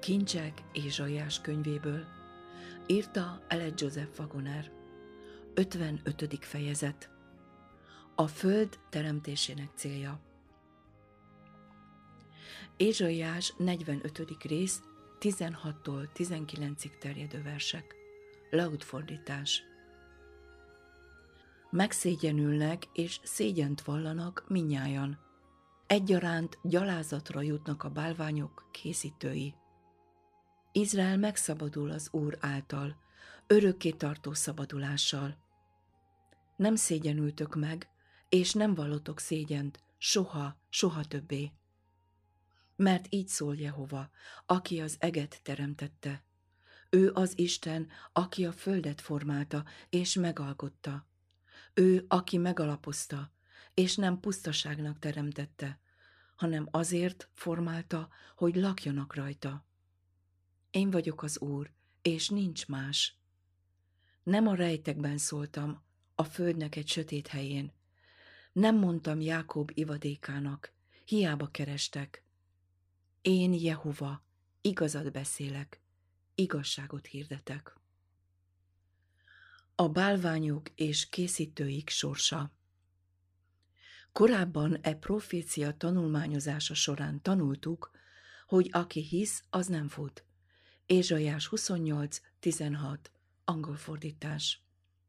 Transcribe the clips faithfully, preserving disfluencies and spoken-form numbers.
Kincsek Ézsaiás könyvéből, írta Eled Joseph Wagoner. ötvenötödik fejezet. A föld teremtésének célja. Ézsaiás negyvenötödik rész, tizenhattól tizenkilencig terjedő versek. Laud fordítás. Megszégyenülnek és szégyent vallanak mindnyájan. Egyaránt gyalázatra jutnak a bálványok készítői. Izrael megszabadul az Úr által, örökké tartó szabadulással. Nem szégyenültök meg, és nem vallotok szégyent, soha, soha többé. Mert így szól Jehova, aki az eget teremtette. Ő az Isten, aki a földet formálta, és megalkotta. Ő, aki megalapozta, és nem pusztaságnak teremtette, hanem azért formálta, hogy lakjanak rajta. Én vagyok az Úr, és nincs más. Nem a rejtekben szóltam, a földnek egy sötét helyén. Nem mondtam Jákob ivadékának, hiába kerestek. Én, Jehova, igazat beszélek, igazságot hirdetek. A bálványok és készítőik sorsa. Korábban e profécia tanulmányozása során tanultuk, hogy aki hisz, az nem fut. Ézsaiás huszonnyolc tizenhat, angol fordítás.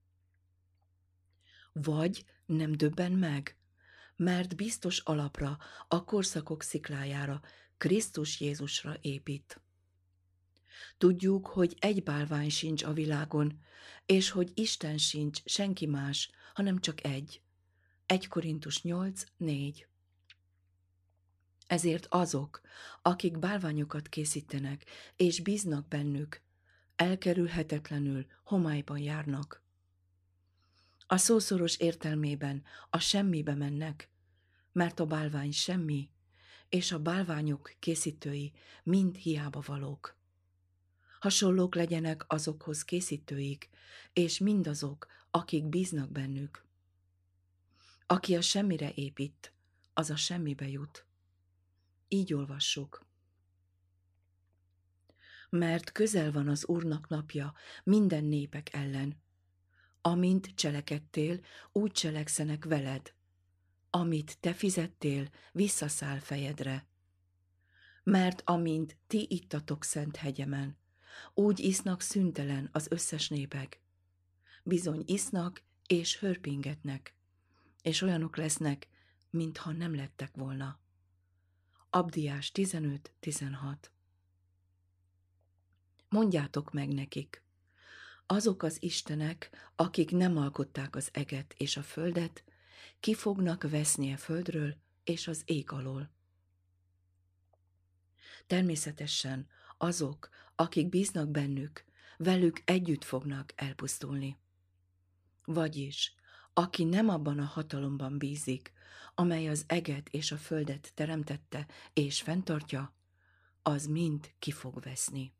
Vagy nem döbben meg, mert biztos alapra, a korszakok sziklájára, Krisztus Jézusra épít. Tudjuk, hogy egy bálvány sincs a világon, és hogy Isten sincs senki más, hanem csak egy. egy Korintus nyolc négy. Ezért azok, akik bálványokat készítenek, és bíznak bennük, elkerülhetetlenül homályban járnak. A szószoros értelmében a semmibe mennek, mert a bálvány semmi, és a bálványok készítői mind hiába valók. Hasonlók legyenek azokhoz készítőik, és mindazok, akik bíznak bennük. Aki a semmire épít, az a semmibe jut. Így olvassuk. Mert közel van az Úrnak napja minden népek ellen. Amint cselekedtél, úgy cselekszenek veled. Amit te fizettél, visszaszáll fejedre. Mert amint ti ittatok szent hegyemen, úgy isznak szüntelen az összes népek. Bizony isznak és hörpingetnek, és olyanok lesznek, mintha nem lettek volna. Abdiás tizenöt tizenhat. Mondjátok meg nekik, azok az istenek, akik nem alkották az eget és a földet, ki fognak veszni a földről és az ég alól. Természetesen azok, akik bíznak bennük, velük együtt fognak elpusztulni. Vagyis, aki nem abban a hatalomban bízik, amely az eget és a földet teremtette és fenntartja, az mind ki fog veszni.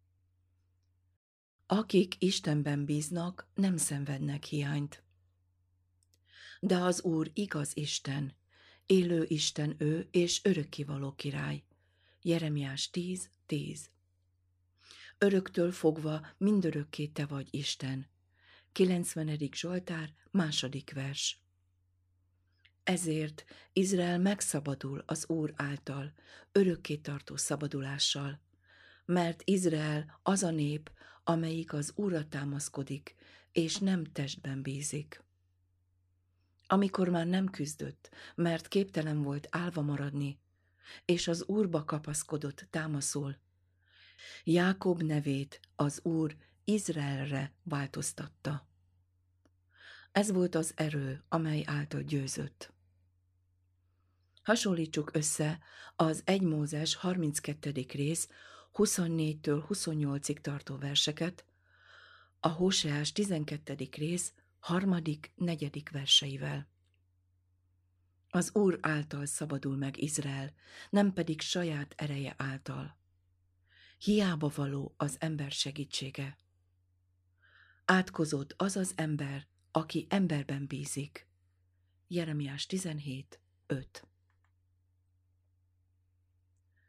Akik Istenben bíznak, nem szenvednek hiányt. De az Úr igaz Isten, élő Isten ő és örökkivaló király. Jeremiás tíz tíz. Öröktől fogva mindörökké te vagy Isten. kilencvenedik Zsoltár, második vers. Ezért Izrael megszabadul az Úr által, örökké tartó szabadulással, mert Izrael az a nép, amelyik az Úrra támaszkodik, és nem testben bízik. Amikor már nem küzdött, mert képtelen volt állva maradni, és az Úrba kapaszkodott támaszul, Jákob nevét az Úr Izraelre változtatta. Ez volt az erő, amely által győzött. Hasonlítsuk össze az egy Mózes harminckettedik rész huszonnégytől huszonnyolcig tartó verseket, a Hóseás tizenkettedik rész harmadik, negyedik verseivel. Az Úr által szabadul meg Izrael, nem pedig saját ereje által. Hiába való az ember segítsége. Átkozott az az ember, aki emberben bízik. Jeremiás tizenhét öt.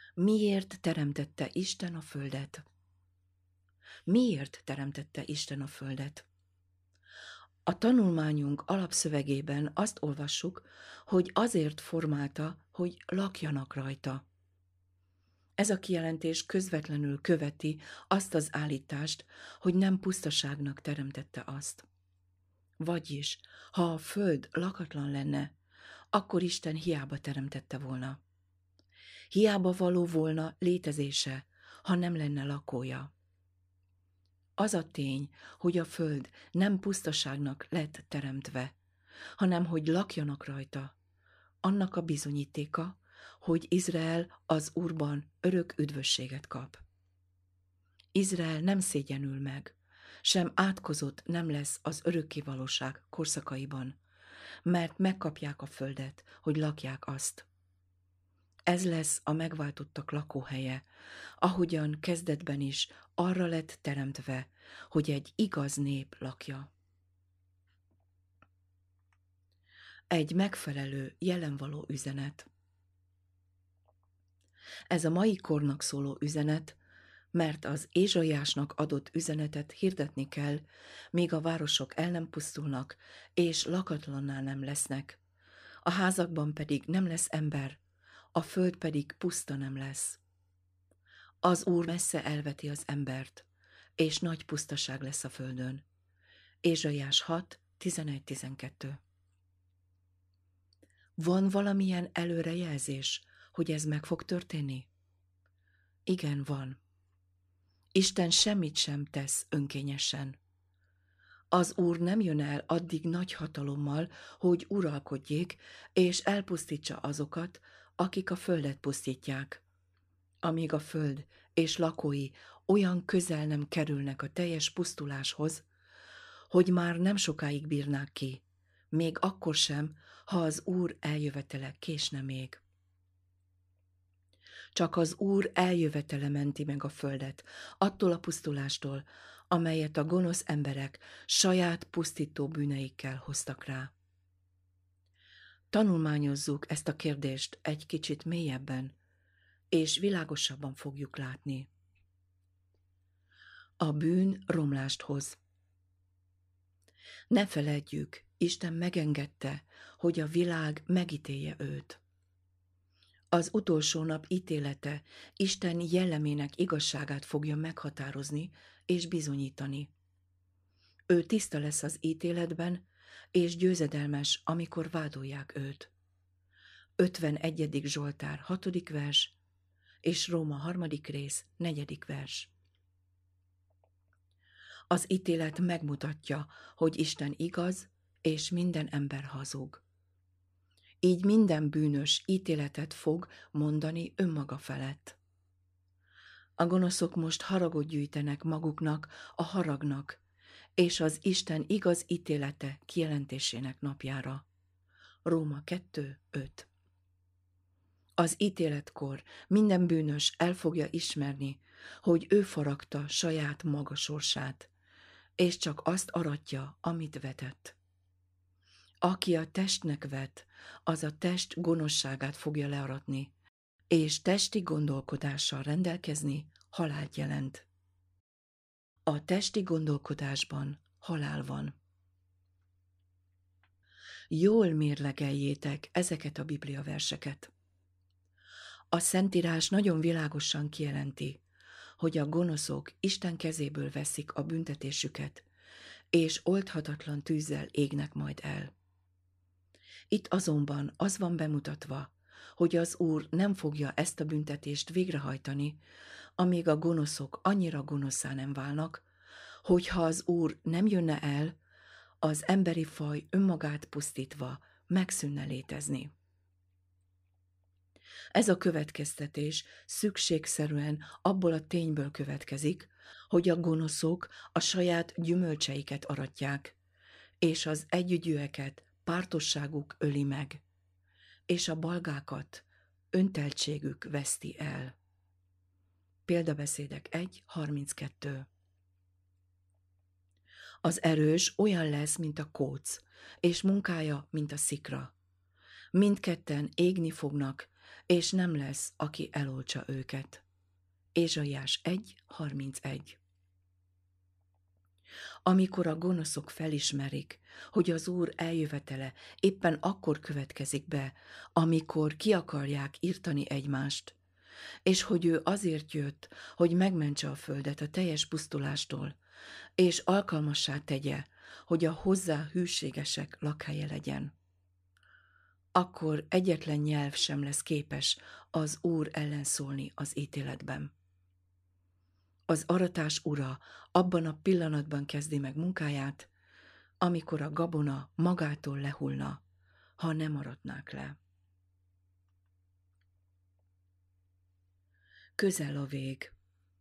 Miért teremtette Isten a földet? Miért teremtette Isten a földet? A tanulmányunk alapszövegében azt olvassuk, hogy azért formálta, hogy lakjanak rajta. Ez a kijelentés közvetlenül követi azt az állítást, hogy nem pusztaságnak teremtette azt. Vagyis, ha a föld lakatlan lenne, akkor Isten hiába teremtette volna. Hiába való volna létezése, ha nem lenne lakója. Az a tény, hogy a föld nem pusztaságnak lett teremtve, hanem hogy lakjanak rajta, annak a bizonyítéka, hogy Izrael az Úrban örök üdvösséget kap. Izrael nem szégyenül meg, sem átkozott nem lesz az örökkévalóság korszakaiban, mert megkapják a földet, hogy lakják azt. Ez lesz a megváltottak lakóhelye, ahogyan kezdetben is arra lett teremtve, hogy egy igaz nép lakja. Egy megfelelő, jelenvaló üzenet. Ez a mai kornak szóló üzenet, mert az Ézsaiásnak adott üzenetet hirdetni kell, míg a városok el nem pusztulnak, és lakatlanná nem lesznek. A házakban pedig nem lesz ember, a föld pedig puszta nem lesz. Az Úr messze elveti az embert, és nagy pusztaság lesz a földön. Ézsaiás hat, tizenegy tizenkettő. Van valamilyen előrejelzés, hogy ez meg fog történni? Igen, van. Isten semmit sem tesz önkényesen. Az Úr nem jön el addig nagy hatalommal, hogy uralkodjék, és elpusztítsa azokat, akik a földet pusztítják. Amíg a föld és lakói olyan közel nem kerülnek a teljes pusztuláshoz, hogy már nem sokáig bírnák ki, még akkor sem, ha az Úr eljövetele késne még. Csak az Úr eljövetele menti meg a földet attól a pusztulástól, amelyet a gonosz emberek saját pusztító bűneikkel hoztak rá. Tanulmányozzuk ezt a kérdést egy kicsit mélyebben, és világosabban fogjuk látni. A bűn romlást hoz. Ne feledjük, Isten megengedte, hogy a világ megítélje őt. Az utolsó nap ítélete Isten jellemének igazságát fogja meghatározni és bizonyítani. Ő tiszta lesz az ítéletben, és győzedelmes, amikor vádolják őt. ötvenegyedik Zsoltár hatodik vers, és Róma harmadik rész, negyedik vers. Az ítélet megmutatja, hogy Isten igaz, és minden ember hazug. Így minden bűnös ítéletet fog mondani önmaga felett. A gonoszok most haragot gyűjtenek maguknak a haragnak, és az Isten igaz ítélete kijelentésének napjára. Róma kettő öt. Az ítéletkor minden bűnös el fogja ismerni, hogy ő faragta saját maga sorsát, és csak azt aratja, amit vetett. Aki a testnek vet, az a test gonoszságát fogja learatni, és testi gondolkodással rendelkezni halált jelent. A testi gondolkodásban halál van. Jól mérlegeljétek ezeket a Biblia verseket. A Szentírás nagyon világosan kijelenti, hogy a gonoszok Isten kezéből veszik a büntetésüket, és oldhatatlan tűzzel égnek majd el. Itt azonban az van bemutatva, hogy az Úr nem fogja ezt a büntetést végrehajtani, amíg a gonoszok annyira gonoszá nem válnak, hogy ha az Úr nem jönne el, az emberi faj önmagát pusztítva megszűnne létezni. Ez a következtetés szükségszerűen abból a tényből következik, hogy a gonoszok a saját gyümölcseiket aratják, és az együgyűeket pártosságuk öli meg, és a balgákat önteltségük veszti el. Példabeszédek egy harminckettő. Az erős olyan lesz, mint a kóc, és munkája, mint a szikra. Mindketten égni fognak, és nem lesz, aki eloltsa őket. Ézsaiás egy harmincegy. Amikor a gonoszok felismerik, hogy az Úr eljövetele éppen akkor következik be, amikor ki akarják írtani egymást, és hogy ő azért jött, hogy megmentse a földet a teljes pusztulástól, és alkalmassá tegye, hogy a hozzá hűségesek lakhelye legyen. Akkor egyetlen nyelv sem lesz képes az Úr ellen szólni az ítéletben. Az aratás ura abban a pillanatban kezdi meg munkáját, amikor a gabona magától lehullna, ha nem aratnák le. Közel a vég.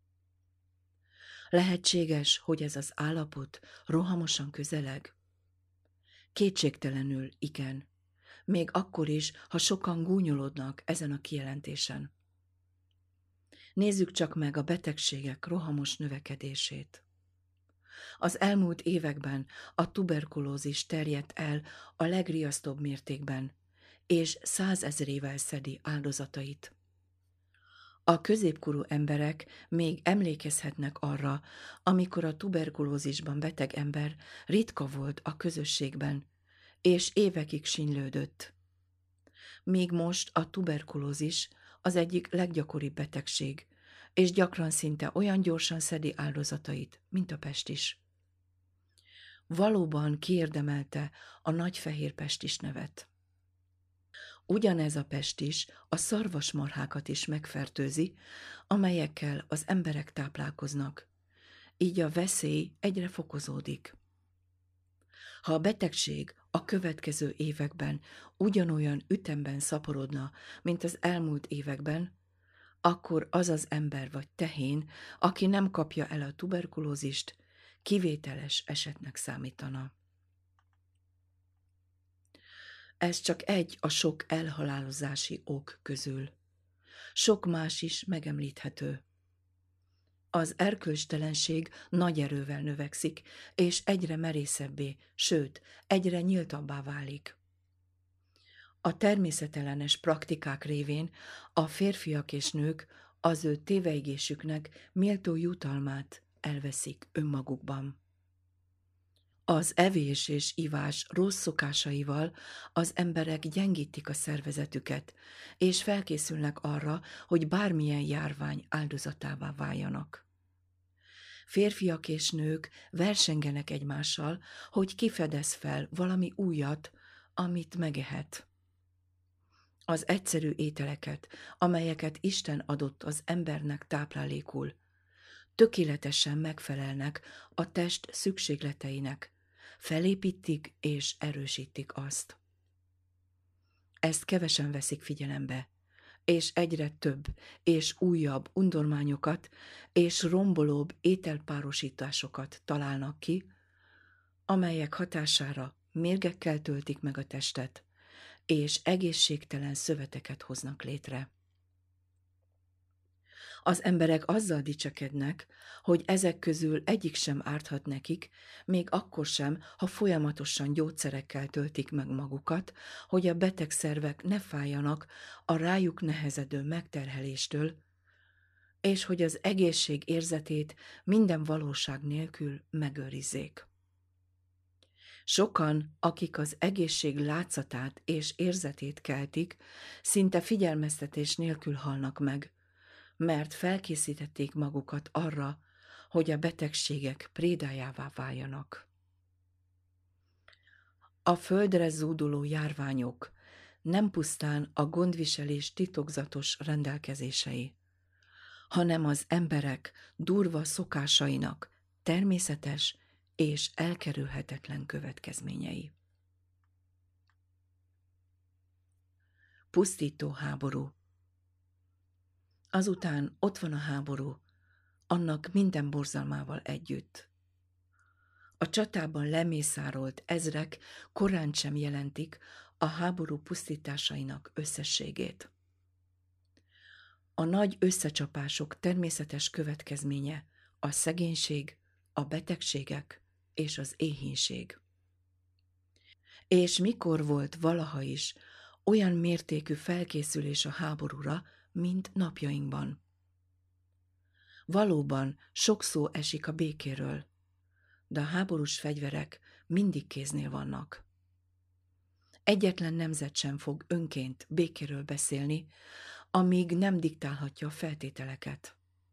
Lehetséges, hogy ez az állapot rohamosan közeleg? Kétségtelenül igen, még akkor is, ha sokan gúnyolódnak ezen a kijelentésen. Nézzük csak meg a betegségek rohamos növekedését. Az elmúlt években a tuberkulózis terjedt el a legriasztóbb mértékben, és százezrével szedi áldozatait. A középkorú emberek még emlékezhetnek arra, amikor a tuberkulózisban beteg ember ritka volt a közösségben, és évekig sínylődött. Míg most a tuberkulózis az egyik leggyakoribb betegség, és gyakran szinte olyan gyorsan szedi áldozatait, mint a pestis. Valóban kiérdemelte a nagy fehér pestis nevet. Ugyanez a pestis a szarvasmarhákat is megfertőzi, amelyekkel az emberek táplálkoznak, így a veszély egyre fokozódik. Ha a betegség a következő években ugyanolyan ütemben szaporodna, mint az elmúlt években, akkor az az ember vagy tehén, aki nem kapja el a tuberkulózist, kivételes esetnek számítana. Ez csak egy a sok elhalálozási ok közül. Sok más is megemlíthető. Az erkölcstelenség nagy erővel növekszik, és egyre merészebbé, sőt, egyre nyíltabbá válik. A természetellenes praktikák révén a férfiak és nők az ő téveigésüknek méltó jutalmát elveszik önmagukban. Az evés és ivás rossz szokásaival az emberek gyengítik a szervezetüket, és felkészülnek arra, hogy bármilyen járvány áldozatává váljanak. Férfiak és nők versengenek egymással, hogy ki fedez fel valami újat, amit megehet. Az egyszerű ételeket, amelyeket Isten adott az embernek táplálékul, tökéletesen megfelelnek a test szükségleteinek, felépítik és erősítik azt. Ezt kevesen veszik figyelembe, és egyre több és újabb undormányokat és rombolóbb ételpárosításokat találnak ki, amelyek hatására mérgekkel töltik meg a testet, és egészségtelen szöveteket hoznak létre. Az emberek azzal dicsekednek, hogy ezek közül egyik sem árthat nekik, még akkor sem, ha folyamatosan gyógyszerekkel töltik meg magukat, hogy a beteg szervek ne fájjanak a rájuk nehezedő megterheléstől, és hogy az egészség érzetét minden valóság nélkül megőrizzék. Sokan, akik az egészség látszatát és érzetét keltik, szinte figyelmeztetés nélkül halnak meg, mert felkészítették magukat arra, hogy a betegségek prédájává váljanak. A földre zúduló járványok nem pusztán a gondviselés titokzatos rendelkezései, hanem az emberek durva szokásainak természetes és elkerülhetetlen következményei. Pusztító háború. Azután ott van a háború, annak minden borzalmával együtt. A csatában lemészárolt ezrek korán sem jelentik a háború pusztításainak összességét. A nagy összecsapások természetes következménye a szegénység, a betegségek és az éhínség. És mikor volt valaha is olyan mértékű felkészülés a háborúra, mint napjainkban. Valóban sok szó esik a békéről, de a háborús fegyverek mindig kéznél vannak. Egyetlen nemzet sem fog önként békéről beszélni, amíg nem diktálhatja a feltételeket.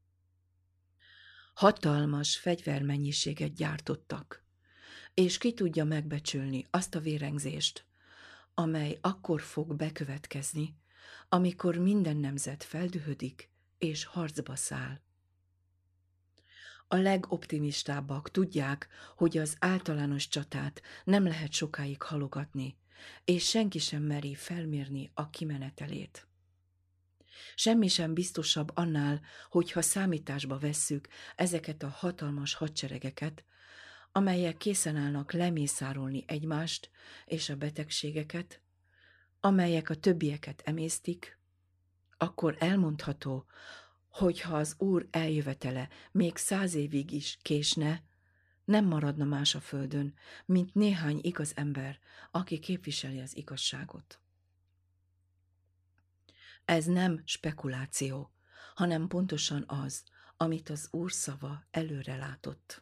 Hatalmas fegyvermennyiséget gyártottak, és ki tudja megbecsülni azt a vérengzést, amely akkor fog bekövetkezni, amikor minden nemzet feldühödik és harcba száll. A legoptimistábbak tudják, hogy az általános csatát nem lehet sokáig halogatni, és senki sem meri felmérni a kimenetelét. Semmi sem biztosabb annál, hogyha számításba vesszük ezeket a hatalmas hadseregeket, amelyek készen állnak lemészárolni egymást és a betegségeket, amelyek a többieket emésztik, akkor elmondható, hogy ha az Úr eljövetele még száz évig is késne, nem maradna más a földön, mint néhány igaz ember, aki képviseli az igazságot. Ez nem spekuláció, hanem pontosan az, amit az Úr szava előre látott.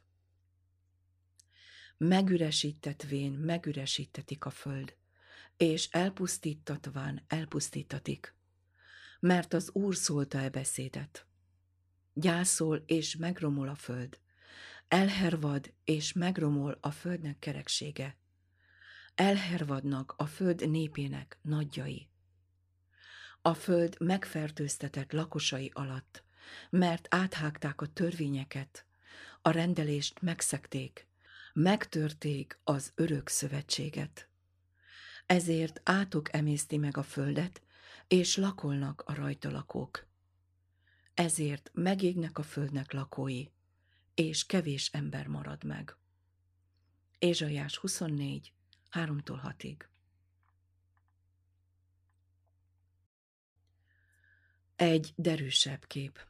Megüresítetvén megüresítetik a föld, és elpusztítatván elpusztítatik, mert az Úr szólta e beszédet. Gyászol és megromol a föld, elhervad és megromol a földnek kereksége, elhervadnak a föld népének nagyjai. A föld megfertőztetett lakosai alatt, mert áthágták a törvényeket, a rendelést megszegték, megtörték az örök szövetséget. Ezért átok emészti meg a földet, és lakolnak a rajta lakók. Ezért megégnek a földnek lakói, és kevés ember marad meg. Ézsaiás huszonnégy, háromtól hatig. Egy derűsebb kép.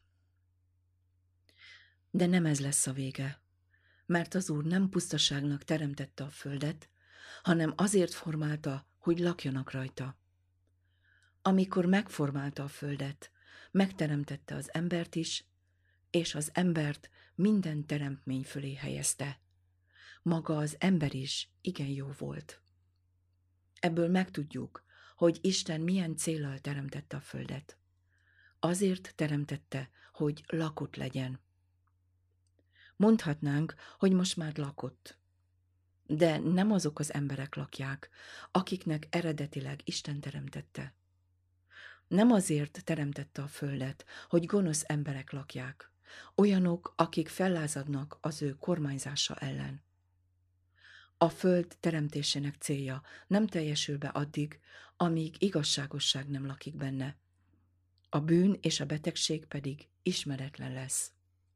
De nem ez lesz a vége, mert az Úr nem pusztaságnak teremtette a földet, hanem azért formálta, hogy lakjanak rajta. Amikor megformálta a földet, megteremtette az embert is, és az embert minden teremtmény fölé helyezte. Maga az ember is igen jó volt. Ebből megtudjuk, hogy Isten milyen céllal teremtette a földet. Azért teremtette, hogy lakott legyen. Mondhatnánk, hogy most már lakott. De nem azok az emberek lakják, akiknek eredetileg Isten teremtette. Nem azért teremtette a földet, hogy gonosz emberek lakják, olyanok, akik fellázadnak az ő kormányzása ellen. A föld teremtésének célja nem teljesül be addig, amíg igazságosság nem lakik benne. A bűn és a betegség pedig ismeretlen lesz.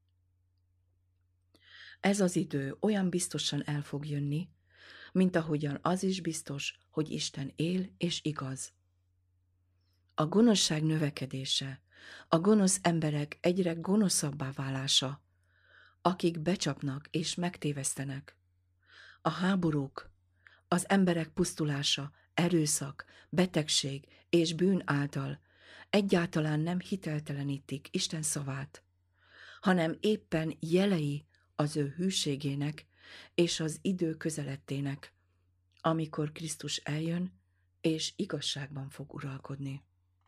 Ez az idő olyan biztosan el fog jönni, mint ahogyan az is biztos, hogy Isten él és igaz. A gonoszság növekedése, a gonosz emberek egyre gonoszabbá válása, akik becsapnak és megtévesztenek, a háborúk, az emberek pusztulása, erőszak, betegség és bűn által egyáltalán nem hiteltelenítik Isten szavát, hanem éppen jelei az ő hűségének és az idő közelettének, amikor Krisztus eljön és igazságban fog uralkodni.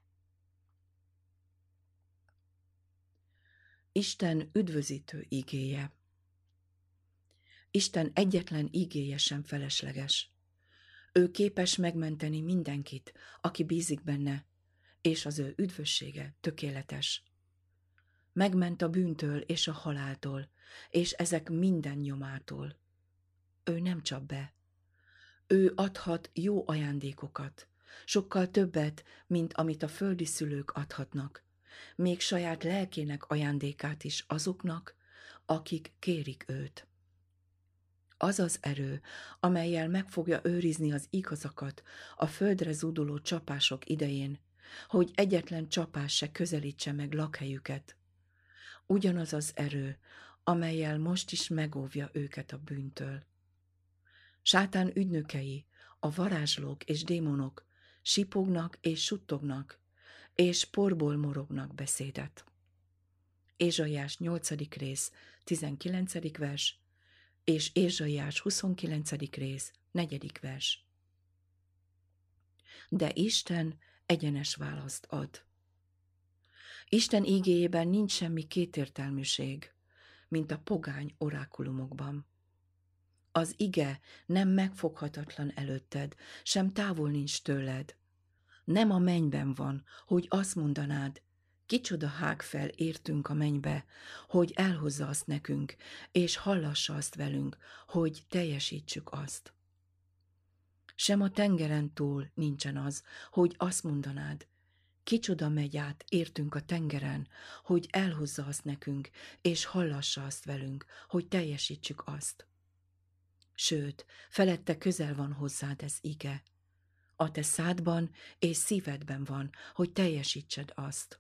Isten üdvözítő igéje. Isten egyetlen igéje sem felesleges. Ő képes megmenteni mindenkit, aki bízik benne, és az ő üdvössége tökéletes. Megment a bűntől és a haláltól, és ezek minden nyomától. Ő nem csap be. Ő adhat jó ajándékokat, sokkal többet, mint amit a földi szülők adhatnak, még saját lelkének ajándékát is azoknak, akik kérik őt. Az az erő, amellyel meg fogja őrizni az igazakat a földre zúduló csapások idején, hogy egyetlen csapás se közelítse meg lakhelyüket. Ugyanaz az erő, amellyel most is megóvja őket a bűntől. Sátán ügynökei, a varázslók és démonok sipognak és suttognak, és porból morognak beszédet. Ézsaiás nyolcadik rész, tizenkilencedik vers, és Ézsaiás huszonkilencedik rész, negyedik vers. De Isten egyenes választ ad. Isten ígéjében nincs semmi kétértelműség, mint a pogány orákulumokban. Az ige nem megfoghatatlan előtted, sem távol nincs tőled. Nem a mennyben van, hogy azt mondanád, kicsoda hág fel értünk a mennybe, hogy elhozza azt nekünk, és hallassa azt velünk, hogy teljesítsük azt. Sem a tengeren túl nincsen az, hogy azt mondanád, kicsoda megy át értünk a tengeren, hogy elhozza azt nekünk, és hallassa azt velünk, hogy teljesítsük azt. Sőt, felette közel van hozzád ez ige. A te szádban és szívedben van, hogy teljesítsed azt.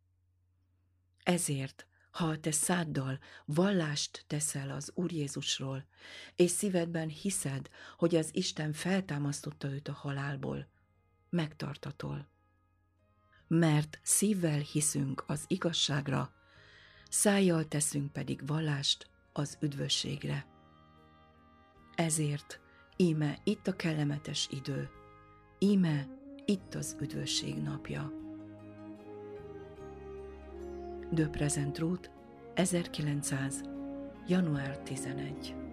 Ezért, ha a te száddal vallást teszel az Úr Jézusról, és szívedben hiszed, hogy az Isten feltámasztotta őt a halálból, megtartatol. Mert szívvel hiszünk az igazságra, szájjal teszünk pedig vallást az üdvösségre. Ezért, íme itt a kellemetes idő, íme itt az üdvösség napja. De Present Truth, ezerkilencszáz. január tizenegy.